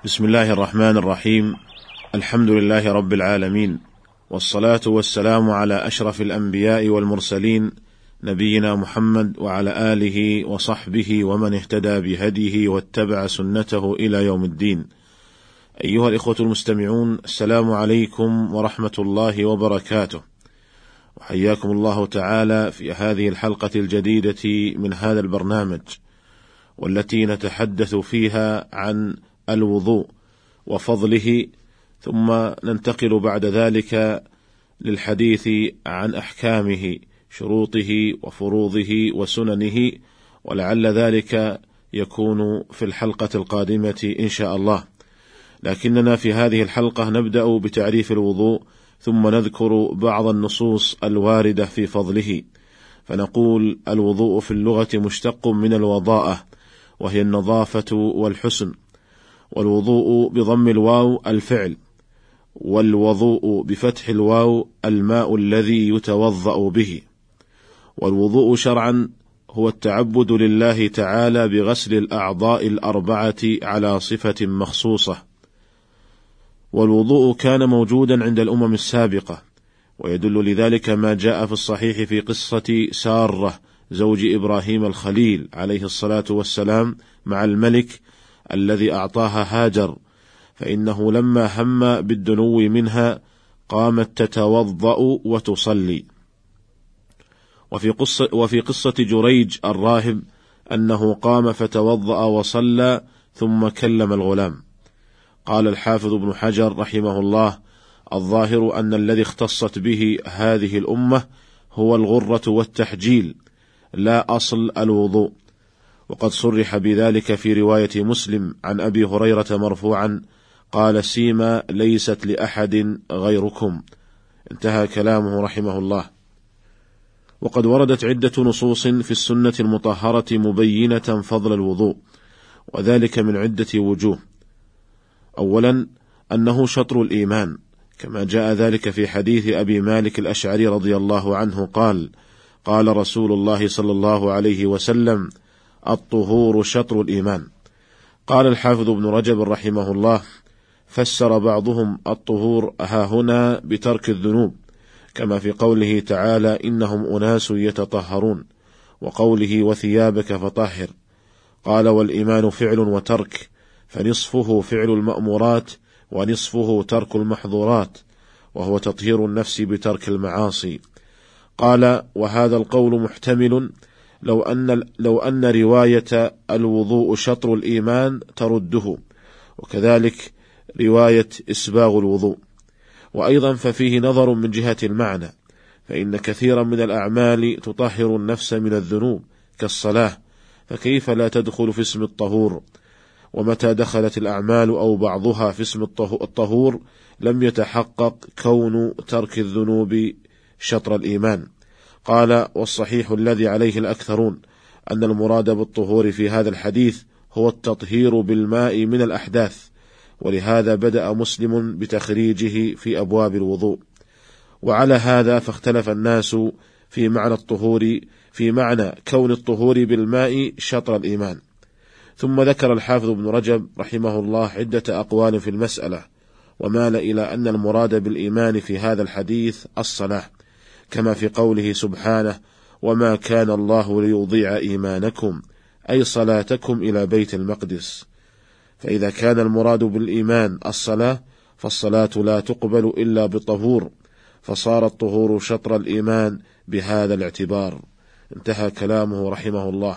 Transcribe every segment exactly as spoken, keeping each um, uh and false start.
بسم الله الرحمن الرحيم. الحمد لله رب العالمين، والصلاة والسلام على أشرف الأنبياء والمرسلين، نبينا محمد وعلى آله وصحبه ومن اهتدى بهديه واتبع سنته إلى يوم الدين. أيها الإخوة المستمعون، السلام عليكم ورحمة الله وبركاته، وحياكم الله تعالى في هذه الحلقة الجديدة من هذا البرنامج، والتي نتحدث فيها عن الوضوء وفضله، ثم ننتقل بعد ذلك للحديث عن أحكامه، شروطه وفروضه وسننه، ولعل ذلك يكون في الحلقة القادمة إن شاء الله. لكننا في هذه الحلقة نبدأ بتعريف الوضوء، ثم نذكر بعض النصوص الواردة في فضله. فنقول: الوضوء في اللغة مشتق من الوضاءة، وهي النظافة والحسن. والوضوء بضم الواو الفعل، والوضوء بفتح الواو الماء الذي يتوضأ به. والوضوء شرعا هو التعبد لله تعالى بغسل الأعضاء الأربعة على صفة مخصوصة. والوضوء كان موجودا عند الأمم السابقة، ويدل لذلك ما جاء في الصحيح في قصة سارة زوج إبراهيم الخليل عليه الصلاة والسلام مع الملك الذي أعطاها هاجر، فإنه لما هم بالدنو منها قامت تتوضأ وتصلي. وفي قصة, وفي قصة جريج الراهب أنه قام فتوضأ وصلى ثم كلم الغلام. قال الحافظ ابن حجر رحمه الله: الظاهر أن الذي اختصت به هذه الأمة هو الغرة والتحجيل، لا أصل الوضوء. وقد صرح بذلك في رواية مسلم عن أبي هريرة مرفوعا: قال: سيما ليست لأحد غيركم. انتهى كلامه رحمه الله. وقد وردت عدة نصوص في السنة المطهرة مبينة فضل الوضوء، وذلك من عدة وجوه. أولا، أنه شطر الإيمان، كما جاء ذلك في حديث أبي مالك الأشعري رضي الله عنه قال: قال رسول الله صلى الله عليه وسلم: الطهور شطر الإيمان. قال الحافظ ابن رجب رحمه الله: فسر بعضهم الطهور ها هنا بترك الذنوب، كما في قوله تعالى: إنهم أناس يتطهرون، وقوله: وثيابك فطهر. قال: والإيمان فعل وترك، فنصفه فعل المأمورات ونصفه ترك المحظورات، وهو تطهير النفس بترك المعاصي. قال: وهذا القول محتمل لو أن, لو أن رواية الوضوء شطر الإيمان ترده، وكذلك رواية إسباغ الوضوء. وأيضا ففيه نظر من جهة المعنى، فإن كثيرا من الأعمال تطهر النفس من الذنوب كالصلاة، فكيف لا تدخل في اسم الطهور؟ ومتى دخلت الأعمال أو بعضها في اسم الطهور لم يتحقق كون ترك الذنوب شطر الإيمان. قال: والصحيح الذي عليه الأكثرون أن المراد بالطهور في هذا الحديث هو التطهير بالماء من الأحداث، ولهذا بدأ مسلم بتخريجه في أبواب الوضوء. وعلى هذا فاختلف الناس في معنى الطهور، في معنى كون الطهور بالماء شطر الإيمان. ثم ذكر الحافظ ابن رجب رحمه الله عدة أقوال في المسألة، ومال إلى أن المراد بالإيمان في هذا الحديث الصلاة، كما في قوله سبحانه: وما كان الله ليضيع إيمانكم، أي صلاتكم إلى بيت المقدس. فإذا كان المراد بالإيمان الصلاة، فالصلاة لا تقبل إلا بطهور، فصار الطهور شطر الإيمان بهذا الاعتبار. انتهى كلامه رحمه الله.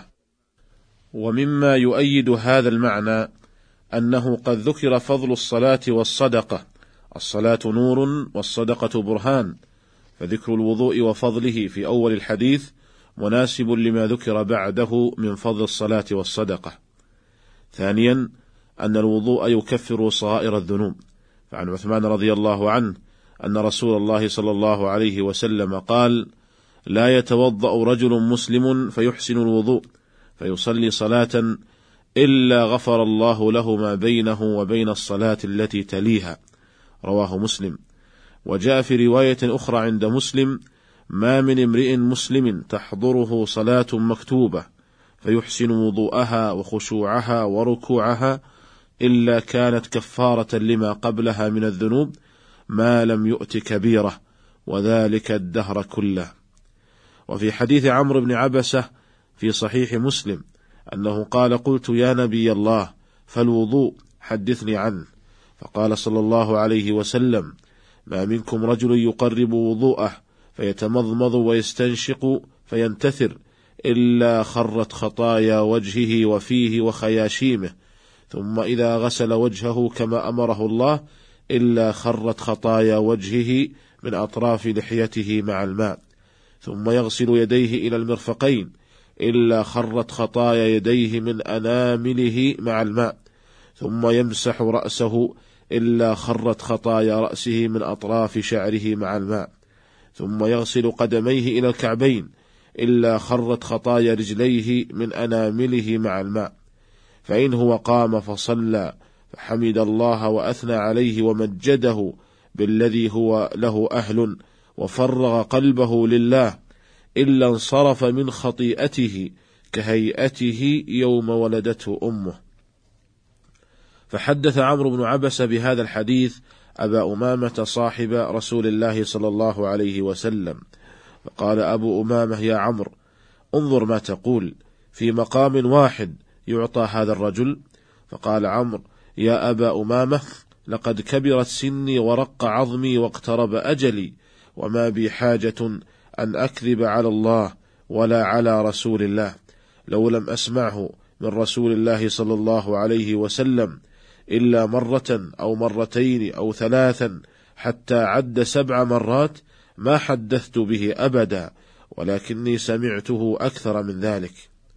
ومما يؤيد هذا المعنى أنه قد ذكر فضل الصلاة والصدقة. الصلاة نور والصدقة برهان، فذكر الوضوء وفضله في أول الحديث مناسب لما ذكر بعده من فضل الصلاة والصدقة. ثانيا، أن الوضوء يكفر صغائر الذنوب، فعن عثمان رضي الله عنه أن رسول الله صلى الله عليه وسلم قال: لا يتوضأ رجل مسلم فيحسن الوضوء فيصلي صلاة إلا غفر الله له ما بينه وبين الصلاة التي تليها. رواه مسلم. وجاء في رواية أخرى عند مسلم: ما من امرئ مسلم تحضره صلاة مكتوبة فيحسن وضوءها وخشوعها وركوعها إلا كانت كفارة لما قبلها من الذنوب ما لم يؤت كبيرة، وذلك الدهر كله. وفي حديث عمرو بن عبسة في صحيح مسلم أنه قال: قلت يا نبي الله فالوضوء حدثني عنه، فقال صلى الله عليه وسلم: ما منكم رجل يقرب وضوءه فيتمضمض ويستنشق فينتثر إلا خرت خطايا وجهه وفيه وخياشيمه، ثم إذا غسل وجهه كما أمره الله إلا خرت خطايا وجهه من أطراف لحيته مع الماء، ثم يغسل يديه إلى المرفقين إلا خرت خطايا يديه من أنامله مع الماء، ثم يمسح رأسه إلا خرت خطايا رأسه من أطراف شعره مع الماء، ثم يغسل قدميه إلى الكعبين إلا خرت خطايا رجليه من أنامله مع الماء. فإن هو قام فصلى فحمد الله وأثنى عليه ومجده بالذي هو له أهل وفرغ قلبه لله إلا انصرف من خطيئته كهيئته يوم ولدته أمه. فحدث عمرو بن عبسة بهذا الحديث أبا أمامة صاحب رسول الله صلى الله عليه وسلم، فقال أبو أمامة: يا عمرو، انظر ما تقول، في مقام واحد يعطى هذا الرجل. فقال عمرو: يا أبا أمامة، لقد كبرت سني ورق عظمي واقترب أجلي، وما بي حاجة أن أكذب على الله ولا على رسول الله، لو لم أسمعه من رسول الله صلى الله عليه وسلم إلا مرة أو مرتين أو ثلاثا حتى عد سبع مرات ما حدثت به أبدا، ولكني سمعته أكثر من ذلك.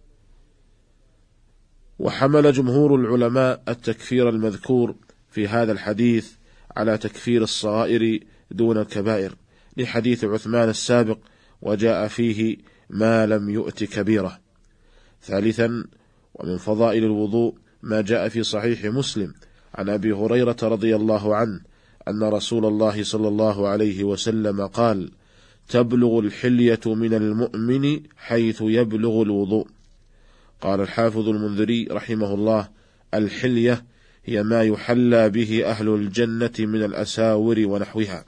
وحمل جمهور العلماء التكفير المذكور في هذا الحديث على تكفير الصغائر دون الكبائر، لحديث عثمان السابق وجاء فيه ما لم يؤت كبيرة. ثالثا، ومن فضائل الوضوء ما جاء في صحيح مسلم عن أبي هريرة رضي الله عنه أن رسول الله صلى الله عليه وسلم قال: تبلغ الحلية من المؤمن حيث يبلغ الوضوء. قال الحافظ المنذري رحمه الله: الحلية هي ما يحلى به أهل الجنة من الأساور ونحوها.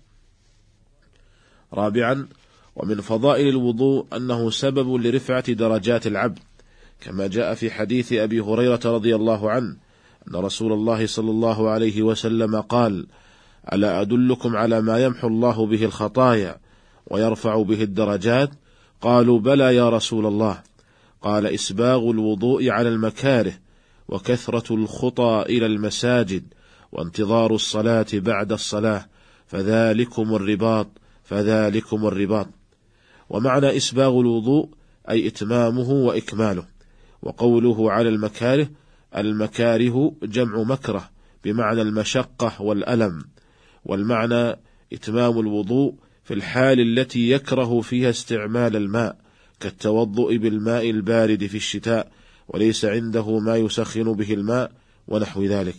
رابعا، ومن فضائل الوضوء أنه سبب لرفعة درجات العبد، كما جاء في حديث أبي هريرة رضي الله عنه أن رسول الله صلى الله عليه وسلم قال: ألا أدلكم على ما يمحو الله به الخطايا ويرفع به الدرجات؟ قالوا: بلى يا رسول الله. قال: إسباغ الوضوء على المكاره، وكثرة الخطى إلى المساجد، وانتظار الصلاة بعد الصلاة، فذلكم الرباط فذلكم الرباط. ومعنى إسباغ الوضوء أي إتمامه وإكماله. وقوله على المكاره، المكاره جمع مكره بمعنى المشقة والألم، والمعنى إتمام الوضوء في الحال التي يكره فيها استعمال الماء، كالتوضؤ بالماء البارد في الشتاء وليس عنده ما يسخن به الماء ونحو ذلك.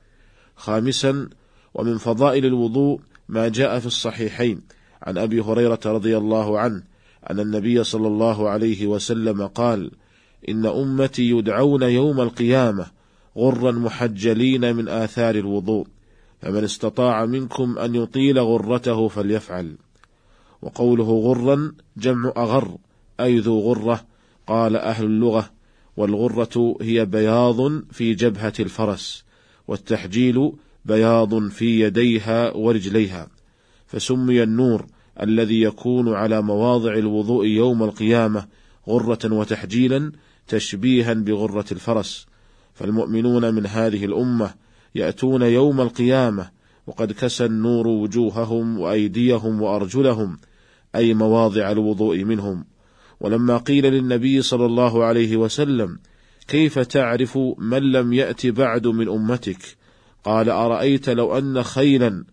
خامسا، ومن فضائل الوضوء ما جاء في الصحيحين عن أبي هريرة رضي الله عنه أن النبي صلى الله عليه وسلم قال: إن أمتي يدعون يوم القيامة غرا محجلين من آثار الوضوء، فمن استطاع منكم أن يطيل غرته فليفعل. وقوله غرا جمع أغر أي ذو غرة. قال أهل اللغة: والغرة هي بياض في جبهة الفرس، والتحجيل بياض في يديها ورجليها، فسمي النور الذي يكون على مواضع الوضوء يوم القيامة غرة وتحجيلا تشبيها بغرة الفرس. فالمؤمنون من هذه الأمة يأتون يوم القيامة وقد كسى النور وجوههم وأيديهم وأرجلهم، أي مواضع الوضوء منهم. ولما قيل للنبي صلى الله عليه وسلم: كيف تعرف من لم يأت بعد من أمتك؟ قال: أرأيت لو أن خيلا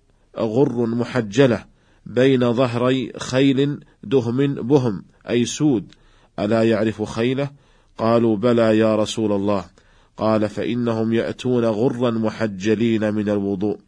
غر محجلة بين ظهري خيل دهم بهم أي سود، ألا يعرف خيله؟ قالوا: بلى يا رسول الله. قال: فإنهم يأتون غرا محجلين من الوضوء.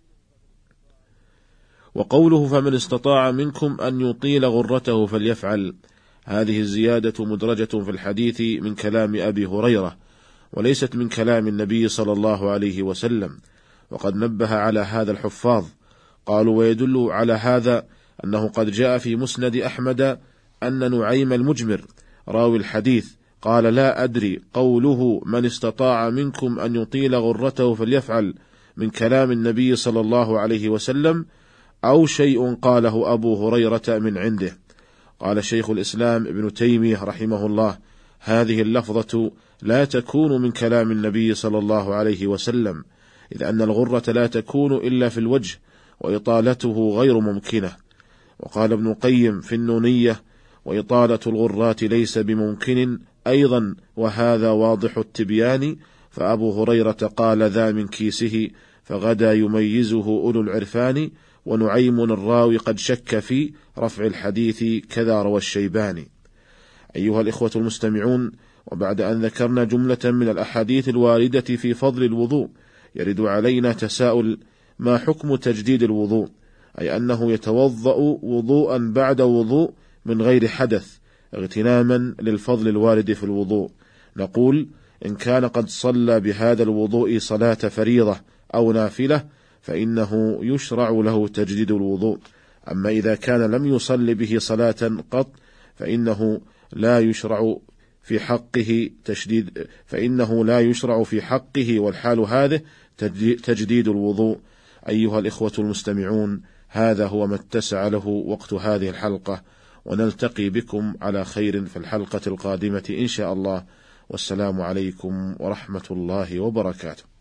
وقوله: فمن استطاع منكم أن يطيل غرته فليفعل، هذه الزيادة مدرجة في الحديث من كلام أبي هريرة، وليست من كلام النبي صلى الله عليه وسلم. وقد نبه على هذا الحفاظ، قالوا: ويدل على هذا أنه قد جاء في مسند أحمد أن نعيم المجمر راوي الحديث قال: لا أدري قوله من استطاع منكم أن يطيل غرته فليفعل من كلام النبي صلى الله عليه وسلم أو شيء قاله أبو هريرة من عنده. قال شيخ الإسلام ابن تيمية رحمه الله: هذه اللفظة لا تكون من كلام النبي صلى الله عليه وسلم، إذ أن الغرة لا تكون إلا في الوجه، وإطالته غير ممكنة. وقال ابن القيم في النونية: وإطالة الغرات ليس بممكن أيضا، وهذا واضح التبيان، فأبو هريرة قال ذا من كيسه، فغدا يميزه أولو العرفان، ونعيم الراوي قد شك في رفع الحديث كذا روى الشيباني. أيها الإخوة المستمعون، وبعد أن ذكرنا جملة من الأحاديث الواردة في فضل الوضوء، يرد علينا تساؤل: ما حكم تجديد الوضوء؟ أي أنه يتوضأ وضوءا بعد وضوء من غير حدث اغتناما للفضل الوارد في الوضوء. نقول: إن كان قد صلى بهذا الوضوء صلاة فريضة أو نافلة فإنه يشرع له تجديد الوضوء. أما إذا كان لم يصل به صلاة قط فإنه لا يشرع في حقه تجديد فإنه لا يشرع في حقه والحال هذه تجديد الوضوء. أيها الإخوة المستمعون، هذا هو ما اتسع له وقت هذه الحلقة، ونلتقي بكم على خير في الحلقة القادمة إن شاء الله، والسلام عليكم ورحمة الله وبركاته.